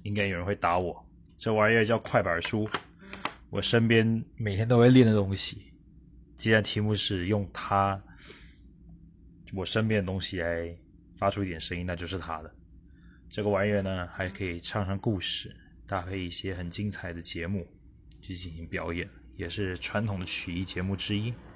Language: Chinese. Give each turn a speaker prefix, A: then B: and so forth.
A: 应该有人会打我。这玩意儿叫快板书，我身边每天都会练的东西。既然题目是用它，我身边的东西来发出一点声音，那就是它的。这个玩意儿呢，还可以唱上故事，搭配一些很精彩的节目去进行表演，也是传统的曲艺节目之一。